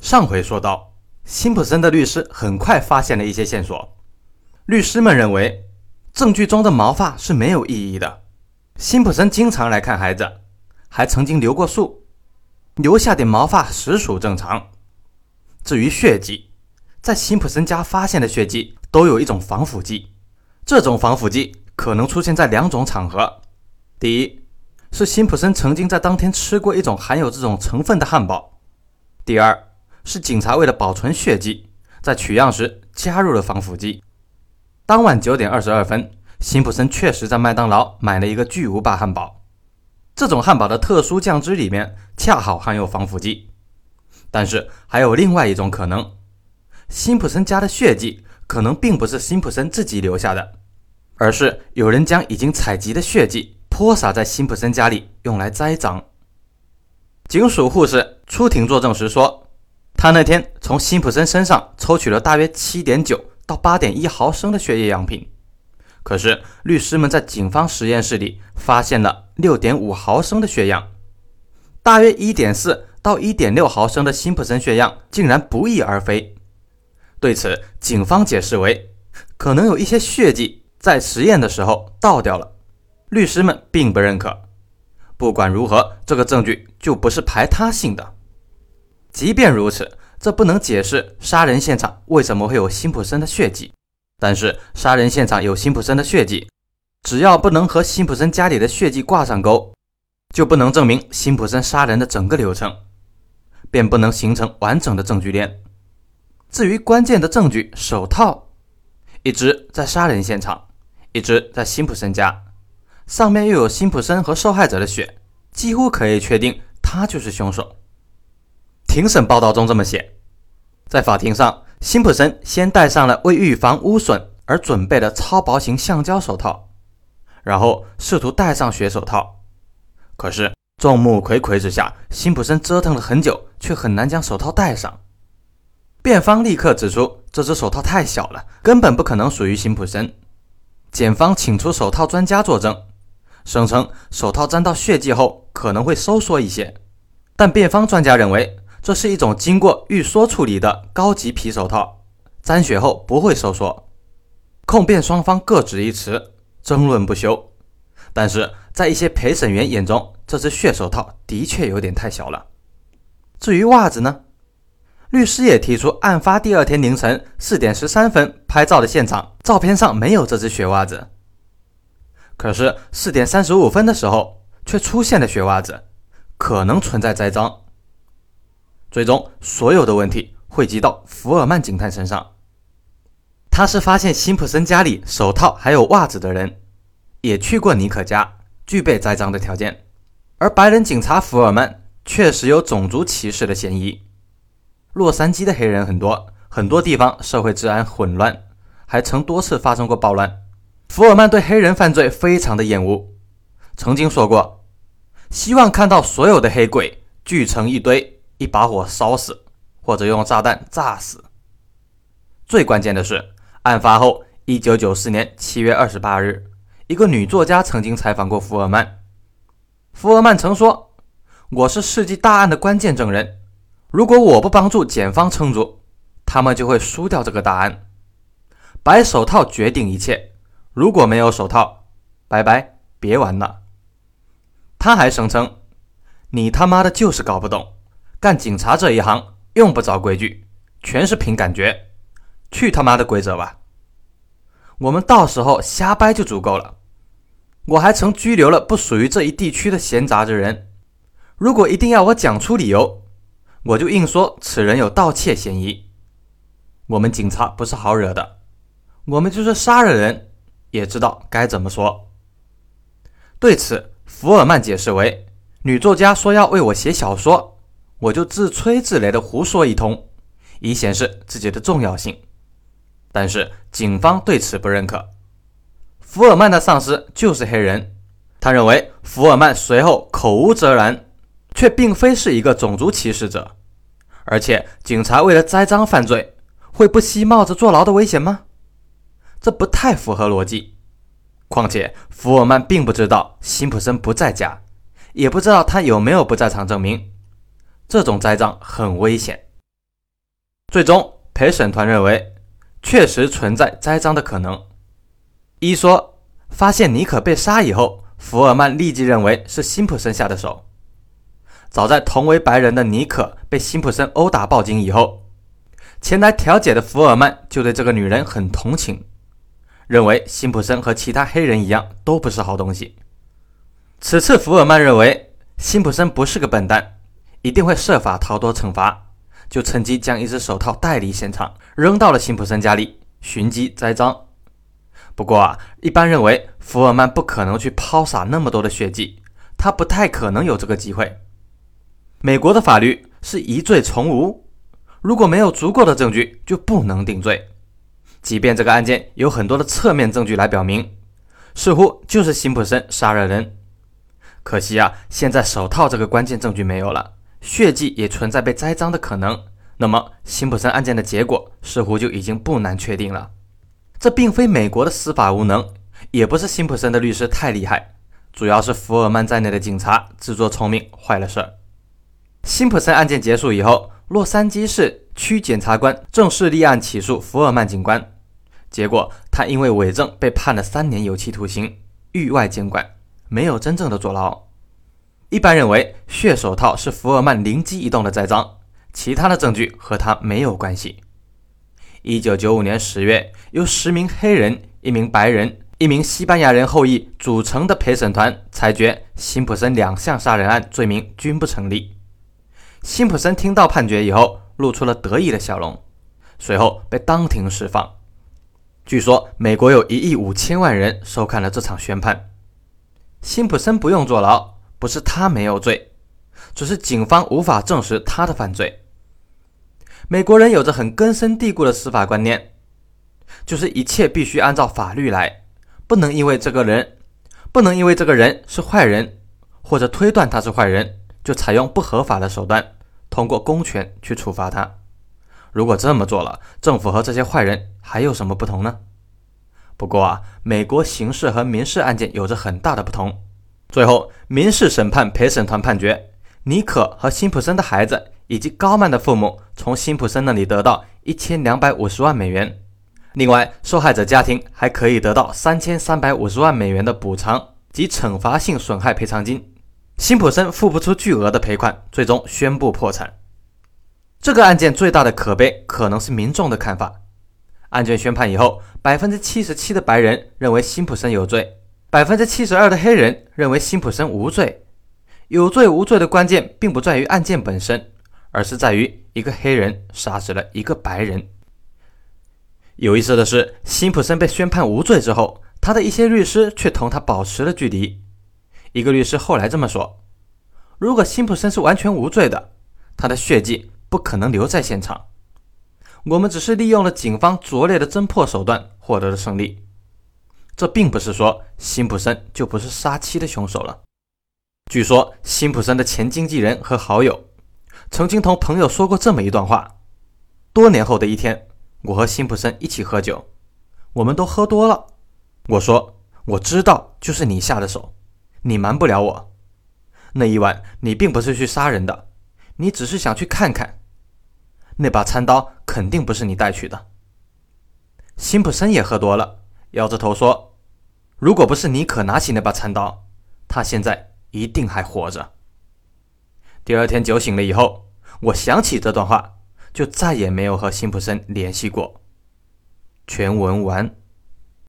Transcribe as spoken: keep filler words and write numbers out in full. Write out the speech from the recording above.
上回说到，辛普森的律师很快发现了一些线索。律师们认为，证据中的毛发是没有意义的。辛普森经常来看孩子，还曾经留过宿，留下点毛发实属正常。至于血迹，在辛普森家发现的血迹都有一种防腐剂，这种防腐剂可能出现在两种场合。第一，是辛普森曾经在当天吃过一种含有这种成分的汉堡。第二，是警察为了保存血迹，在取样时加入了防腐剂。当晚九点二十二分，辛普森确实在麦当劳买了一个巨无霸汉堡。这种汉堡的特殊酱汁里面恰好含有防腐剂。但是还有另外一种可能，辛普森家的血迹可能并不是辛普森自己留下的，而是有人将已经采集的血迹泼洒在辛普森家里，用来栽赃。警署护士出庭作证时说，他那天从辛普森身上抽取了大约 七点九 到 八点一 毫升的血液样品，可是律师们在警方实验室里发现了 六点五 毫升的血样，大约 一点四 到 一点六 毫升的辛普森血样竟然不翼而飞。对此，警方解释为，可能有一些血迹在实验的时候倒掉了，律师们并不认可。不管如何，这个证据就不是排他性的。即便如此，这不能解释杀人现场为什么会有辛普森的血迹。但是杀人现场有辛普森的血迹，只要不能和辛普森家里的血迹挂上钩，就不能证明辛普森杀人的整个流程，便不能形成完整的证据链。至于关键的证据手套，一只在杀人现场，一只在辛普森家，上面又有辛普森和受害者的血，几乎可以确定他就是凶手。庭审报道中这么写，在法庭上，辛普森先戴上了为预防污损而准备的超薄型橡胶手套，然后试图戴上血手套。可是众目睽睽之下，辛普森折腾了很久，却很难将手套戴上。辩方立刻指出，这只手套太小了，根本不可能属于辛普森。检方请出手套专家作证，声称手套沾到血迹后可能会收缩一些，但辩方专家认为这是一种经过预缩处理的高级皮手套，沾血后不会收缩。控辩双方各执一词，争论不休。但是在一些陪审员眼中，这只血手套的确有点太小了。至于袜子呢？律师也提出，案发第二天凌晨四点十三分拍照的现场照片上没有这只血袜子，可是四点三十五分的时候却出现了血袜子，可能存在栽赃。最终所有的问题汇集到福尔曼警探身上，他是发现辛普森家里手套还有袜子的人，也去过尼可家，具备栽赃的条件。而白人警察福尔曼确实有种族歧视的嫌疑。洛杉矶的黑人很多，很多地方社会治安混乱，还曾多次发生过暴乱。福尔曼对黑人犯罪非常的厌恶，曾经说过，希望看到所有的黑鬼聚成一堆，一把火烧死，或者用炸弹炸死。最关键的是，案发后一九九四年七月二十八日，一个女作家曾经采访过福尔曼。福尔曼曾说，我是世纪大案的关键证人，如果我不帮助检方撑住，他们就会输掉这个大案。白手套决定一切，如果没有手套，拜拜，别玩了。他还声称，你他妈的就是搞不懂，干警察这一行用不着规矩，全是凭感觉，去他妈的规则吧。我们到时候瞎掰就足够了。我还曾拘留了不属于这一地区的闲杂之人，如果一定要我讲出理由，我就硬说此人有盗窃嫌疑。我们警察不是好惹的，我们就是杀了人也知道该怎么说。对此，福尔曼解释为，女作家说要为我写小说，我就自吹自擂的胡说一通，以显示自己的重要性。但是警方对此不认可。福尔曼的上司就是黑人，他认为福尔曼随后口无遮拦，却并非是一个种族歧视者。而且警察为了栽赃犯罪，会不惜冒着坐牢的危险吗？这不太符合逻辑。况且福尔曼并不知道辛普森不在家，也不知道他有没有不在场证明，这种栽赃很危险。 最终陪审团认为确实存在栽赃的可能。一说发现尼可被杀以后，福尔曼立即认为是辛普森下的手。早在同为白人的尼可被辛普森殴打报警以后，前来调解的福尔曼就对这个女人很同情，认为辛普森和其他黑人一样都不是好东西。此次福尔曼认为辛普森不是个笨蛋，一定会设法逃脱惩罚，就趁机将一只手套带离现场，扔到了辛普森家里，寻机栽赃。不过啊，一般认为福尔曼不可能去抛洒那么多的血迹，他不太可能有这个机会。美国的法律是疑罪从无，如果没有足够的证据就不能定罪。即便这个案件有很多的侧面证据来表明，似乎就是辛普森杀了人。可惜啊，现在手套这个关键证据没有了，血迹也存在被栽赃的可能，那么辛普森案件的结果似乎就已经不难确定了。这并非美国的司法无能，也不是辛普森的律师太厉害，主要是福尔曼在内的警察自作聪明坏了事儿。辛普森案件结束以后，洛杉矶市区检察官正式立案起诉福尔曼警官，结果他因为伪证被判了三年有期徒刑，狱外监管，没有真正的坐牢。一般认为血手套是福尔曼灵机一动的栽赃，其他的证据和他没有关系。一九九五年十月，由十名黑人、一名白人、一名西班牙人后裔组成的陪审团裁决辛普森两项杀人案罪名均不成立。辛普森听到判决以后露出了得意的笑容，随后被当庭释放。据说美国有一亿五千万人收看了这场宣判。辛普森不用坐牢，不是他没有罪，只是警方无法证实他的犯罪。美国人有着很根深蒂固的司法观念，就是一切必须按照法律来，不能因为这个人不能因为这个人是坏人，或者推断他是坏人，就采用不合法的手段，通过公权去处罚他。如果这么做了，政府和这些坏人还有什么不同呢？不过啊，美国刑事和民事案件有着很大的不同。最后，民事审判陪审团判决，尼可和辛普森的孩子以及高曼的父母从辛普森那里得到一千两百五十万美元。另外，受害者家庭还可以得到三千三百五十万美元的补偿及惩罚性损害赔偿金。辛普森付不出巨额的赔款，最终宣布破产。这个案件最大的可悲可能是民众的看法。案件宣判以后， 百分之七十七 的白人认为辛普森有罪， 百分之七十二 的黑人认为辛普森无罪。有罪无罪的关键并不在于案件本身，而是在于一个黑人杀死了一个白人。有意思的是，辛普森被宣判无罪之后，他的一些律师却同他保持了距离。一个律师后来这么说，如果辛普森是完全无罪的，他的血迹不可能留在现场，我们只是利用了警方拙劣的侦破手段获得了胜利。这并不是说辛普森就不是杀妻的凶手了。据说辛普森的前经纪人和好友曾经同朋友说过这么一段话：多年后的一天，我和辛普森一起喝酒，我们都喝多了。我说，我知道就是你下的手，你瞒不了我。那一晚你并不是去杀人的，你只是想去看看。那把餐刀肯定不是你带去的。辛普森也喝多了，摇着头说，如果不是尼可拿起那把餐刀，他现在一定还活着。第二天酒醒了以后，我想起这段话，就再也没有和辛普森联系过。全文完。